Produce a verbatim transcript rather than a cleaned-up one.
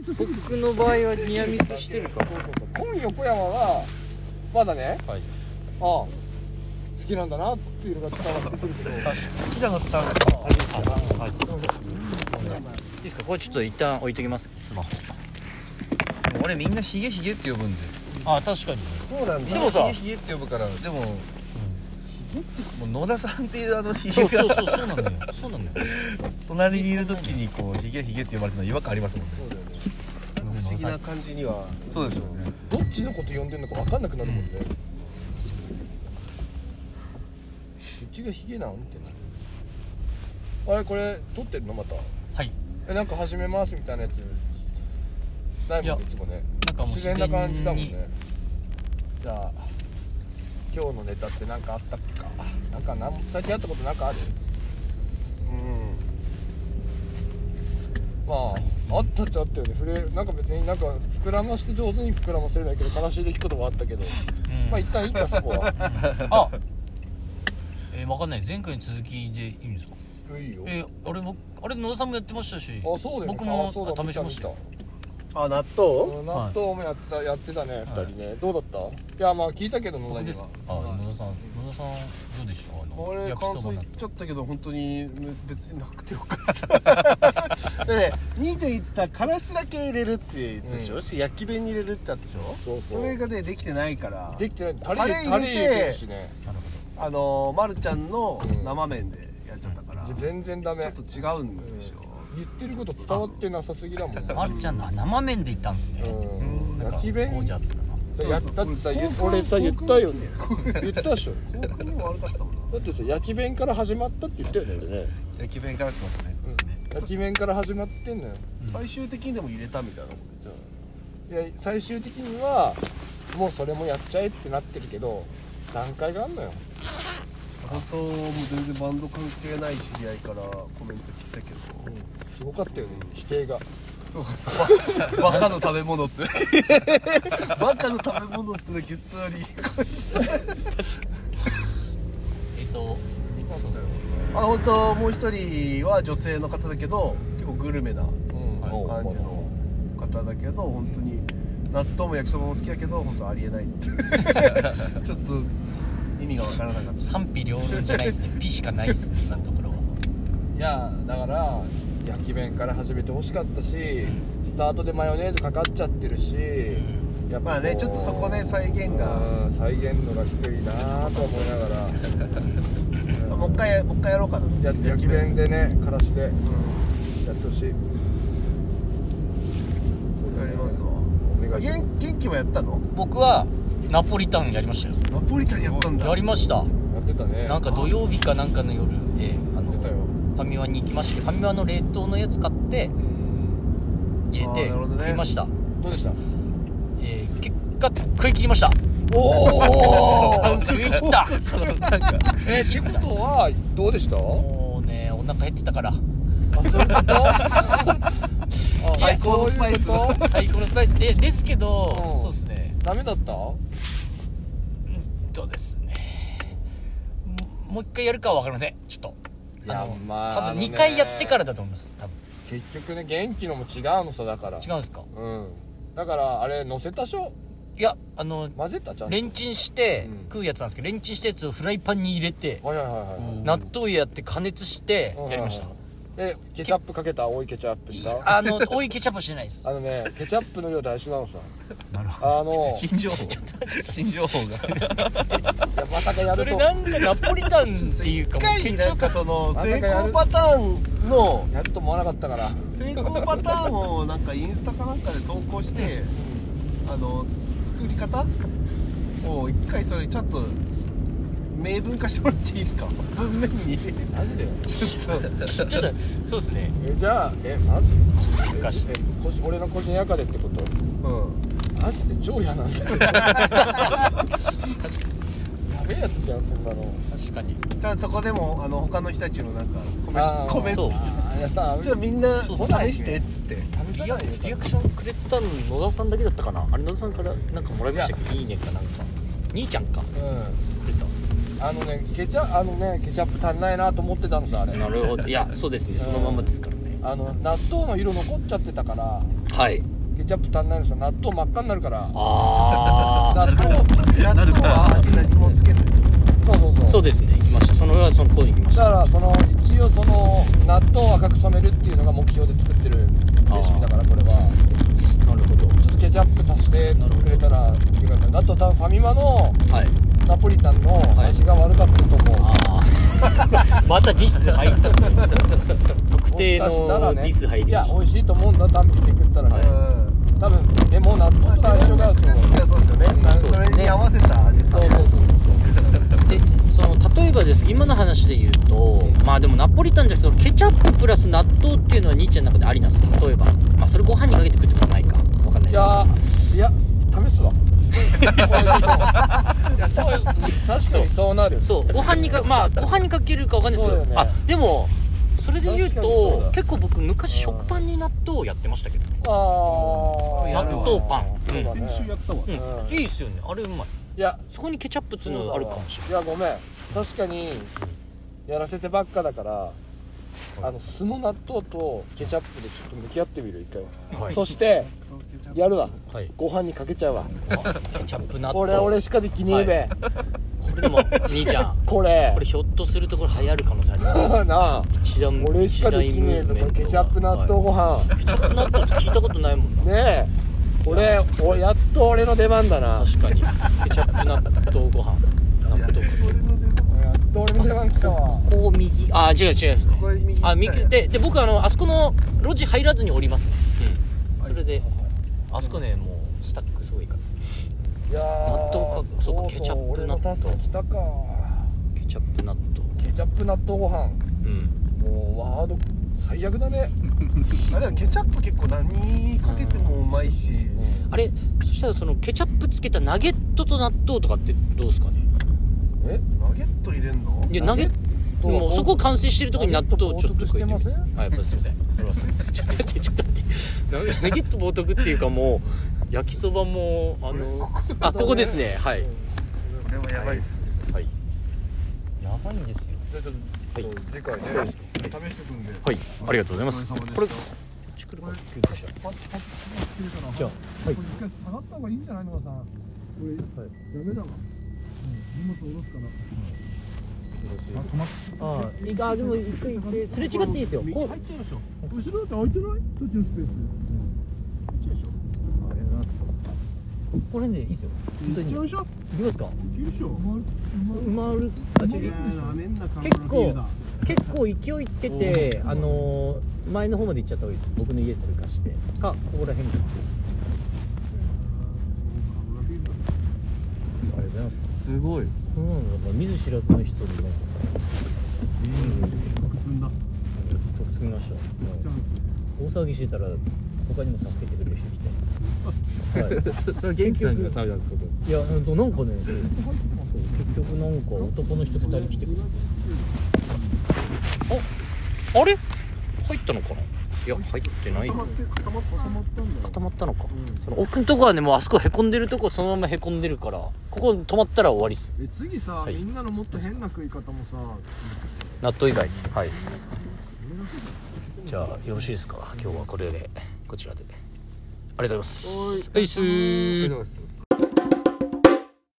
僕の場合はニアミスしてるから。 そうそうそう。今横山はまだね、 はい、 ああ好きなんだなっていうのが伝わってくるけど、好きなの伝わるか。はい、そういいですか。これちょっと一旦置いときます。スマホ。 俺みんなヒゲヒゲって呼ぶんで。 あ、確かに。 そうなんだ。 でもさ、ヒゲヒゲって呼ぶから、でも、うん、もう野田さんっていうあのヒゲがそうそうそうそうなんだよ。そうなんだよ。 隣にいる時にこうヒゲヒゲって呼ばれてるの違和感ありますもんね。 そうだよね。不思議な感じには。 そうですよね。 どっちのこと呼んでんのか分かんなくなるもんね。うちがヒゲなんってな。あれこれ撮ってるのまた。 はい。 えなんか始めますみたいなやつないもんねいつもね。 なんかもう自然な感じだもんね。じゃあ今日のネタって何かあったっけか。なんかなん最近あったことなんかある？うん。まああったっちゃあったよね。触れなんか別になんか膨らまして上手に膨らませれないけど悲しい出来事はあったけど、うん、まあ一旦いいかそこは。 あ、えー、分かんない。前回に続きでいいんですか？ いいよ。 えー、あれ僕あれ野田さんもやってましたし、 あそうだよね、 僕も試しました。 あ納豆？納豆もやったやってたね、ふたりね。どうだった？いやまあ聞いたけど野田には。 あ野田さん野田さんどうでした？ 俺感想言っちゃったけど本当に別になくてよかったでね、兄ちゃん言ってたからしだけ入れるって言ったでしょ、うん、し焼き弁に入れるってあったでしょ。そうそう、それがねできてないからできてない。タレ入れてるしね。なるほど。あのー、まるちゃんの生麺でやっちゃったから、うん、全然ダメ。ちょっと違うんでしょ、うん、言ってること伝わってなさすぎだもん。 まるちゃんの生麺で言ったんですね、うん、 焼き弁ゴージャスだな。 やったってさ、俺さ言ったよね。言ったでしょ。口にも悪かったもんな。だってさ、焼き弁から始まったって言ったよね、俺ね。 焼き弁からってことね、 うん、焼き弁から始まってんのよ、 うん、最終的にでも入れたみたいなことじゃあ。いや、最終的にはもうそれもやっちゃえってなってるけど段階があんのよ。 本当もう全然バンド関係ない知り合いからコメント聞いたけど、 うん、すごかったよね、否定が。 そうバカの食べ物ってバカの食べ物ってのゲストありこいつ確かにえっとそうですね。 あ、本当もう一人は女性の方だけど結構グルメな感じの方だけど、本当に納豆も焼きそばも好きだけど本当ありえないってちょっと意味がわからなかった。 賛否両論じゃないですね。ピしかないですね、今のところ。 いやだから焼き弁から始めてほしかったし、うん、スタートでマヨネーズかかっちゃってるし、うん、やっぱまあね、ちょっとそこね再現が再現度が低いなと思いながらもう一回もう一回やろうかな。やって焼き弁でね、からしで、うん、やってほしい。そうやりますわ。元元気もやったの？ 僕はナポリタンやりましたよ。 ナポリタンやったんだ。 やりました。やってたね。 なんか土曜日かなんかの夜、えー、あのファミマに行きまして、ファミマの冷凍のやつ買って入れて食いました。 どうでした？ えー、結果食い切りました。 おお食い切ったそのなんかえー、ってことはどうでした？ もうね、お腹減ってたから。 あ、そういうこと最高のスパイス最高のスパイスでですけど、そうですね、 ダメだった？ うんとですね、もう一回やるかは分かりません。ちょっといや、まあ多分にかいやってからだと思います。多分結局ね、元気のも違うのさ。だから違うんですか？ うん、だからあれ乗せたしょ。 いや、あの混ぜたちゃんとレンチンして食うやつなんですけど、レンチンしたやつをフライパンに入れて、 はいはいはいはい、 納豆やって加熱してやりました。 え、ケチャップかけた青いケチャップか？ あの青いケチャップしてないです。 あのね、ケチャップの量大事なのさ。 なるほど。 あの新情報新情報がいやまさかやるとそれなんかナポリタンっていうか、もうケチャップその成功パターンのやると思わなかったから、 成功パターンをなんかインスタかなんかで投稿して、うん、あの作り方を一回それちゃんと明文化してもらっていいですか？文面に。 マジでちょっとちょっとそうですね。 え、じゃあえまず難しい。 え俺の個人やかでってこと？うん、マジで超嫌なんだよ。確かにやべえやつじゃん、そんなの。 確かに。 じゃあそこでもあの他の人たちのなんかコメント、コメント、いやさ、ちょっとみんな試してっつってリアクションくれたの野田さんだけだったかな。あれ野田さんからなんかもらいましたっけ？いいねかなんか。兄ちゃんか。うん。くれた。 あのね、ケチャあのねケチャップ足んないなと思ってたのさ、あれ。 なるほど。いや、そうですね、そのままですからね。 あの納豆の色残っちゃってたから、 はい、 ケチャップ足んないのさ、納豆真っ赤になるから。 あ納豆納豆は味何もつけずに。そうそうそう。 そうですね、行きました。そのはその子に行きました。 だからその一応その納豆を赤く染めるっていうのが目標で作ってるレシピだから、これは。 なるほど。 ちょっとケチャップ足してくれたらよかった。あと多分ファミマのナポリタンの味が悪かったと思う。 はい、またディス入った特定のディス入り、 ね、いや美味しいと思うんだ、単品で食ったらね、多分でも納豆との相性がそうですよね、 うん、それに合わせた味。 そうそうそうそうで、その例えばです今の話で言うと、まあでもナポリタンじゃなくてケチャッププラス納豆っていうのはニッチェの中でありなんですか？例えば、まあそれご飯にかけて食ってことはないかわかんないですけど、 いやいや試すわいやそう確かにそうなる。 そうご飯にかまあご飯にかけるかわかんないですけど、ね、あでもそれで言うと結構僕昔食パンに納豆をやってましたけど、あ納豆パン、 うん、先週やったわ、 うん、いいっすよね、あれうまい。いやそこにケチャップっていうのがあるかもしれない。 いやごめん、確かにやらせてばっかだから、あの素の納豆とケチャップでちょっと向き合ってみる一回、はい、そしてやるわ、はい、ご飯にかけちゃうわケチャップ納豆、 これ俺しかできねえべ、はい、 これでも兄ちゃんこれこれひょっとするところ流行る可能性ありますなあ、 一段俺しかできねえべ、ケチャップ納豆ご飯、 はい、ケチャップ納豆って聞いたことないもんな。 ねえ、俺俺やっと俺の出番だな。 確かにケチャップ納豆ご飯、納豆やっと俺の出番来たわ。 ここ右、あ違う違う、ここ右、あ右でで僕あのあそこの路地入らずに降りますね、うん、それであそこねもうスタックすごいから。いや納豆か、そうか、ケチャップ納豆来たか。 ケチャップ納豆、 ケチャップ納豆ご飯、うん、もうワード最悪だねあれはケチャップ結構何かけてもうまいし、うん、 あれそしたらそのケチャップつけたナゲットと納豆とかってどうですかね。 えナゲット入れんの？ いやナゲットもうそこ完成してるとこに納豆をちょっとしてません？ はい、すいません、それはすいませんちょっと待ってちょっと待ってナゲット冒涜っていうかもう焼きそばもあのあここですね、はい、 これもやばいっす、 はい、やばいんですよ。 じゃあちょっと、はい、次回ね試してくんで、 はい、ありがとうございます。これチクルパッ救急車じゃあ、はい、 一回下がった方がいいんじゃないのかさ。これ、はい、ダメだわ、うん、荷物下ろすかな、うん、あ、止まっああ、いいか、でも一回行ってすれ違っていいですよ。 こう入っちゃいましょう。後ろだって空いてない？そっちのスペース、うん、入っちゃいましょう。ありがとうございます。 ここら辺でいいですよ。 本当に行っちゃいましょう。 行きますか？ 行きましょう。 埋まる、あ、ちょっと結構結構勢いつけて、あのー、前の方まで行っちゃった方がいいです。僕の家通過してか、ここら辺か。ありがとうございます。すごい。うん、だから見ず知らずの人になんかさ、うん、積んだ。積みました。大騒ぎしてたら他にも助けてくれる人来て。はい。それ元気さんが騒いだんですか？いや、なんかね、そう結局なんか男の人ふたり来てくれて。あ、あれ？入ったのかな？いや、入ってない。固まって固まったんだよ。固まったのか。うん、その奥のとこはね、もうあそこへこんでるとこそのままへこんでるから、ここ止まったら終わりっす。 え、次さ、はい、みんなのもっと変な食い方もさ、 納豆以外に、はい。じゃあよろしいですか？今日はこれでこちらで。ありがとうございます。はい、すー。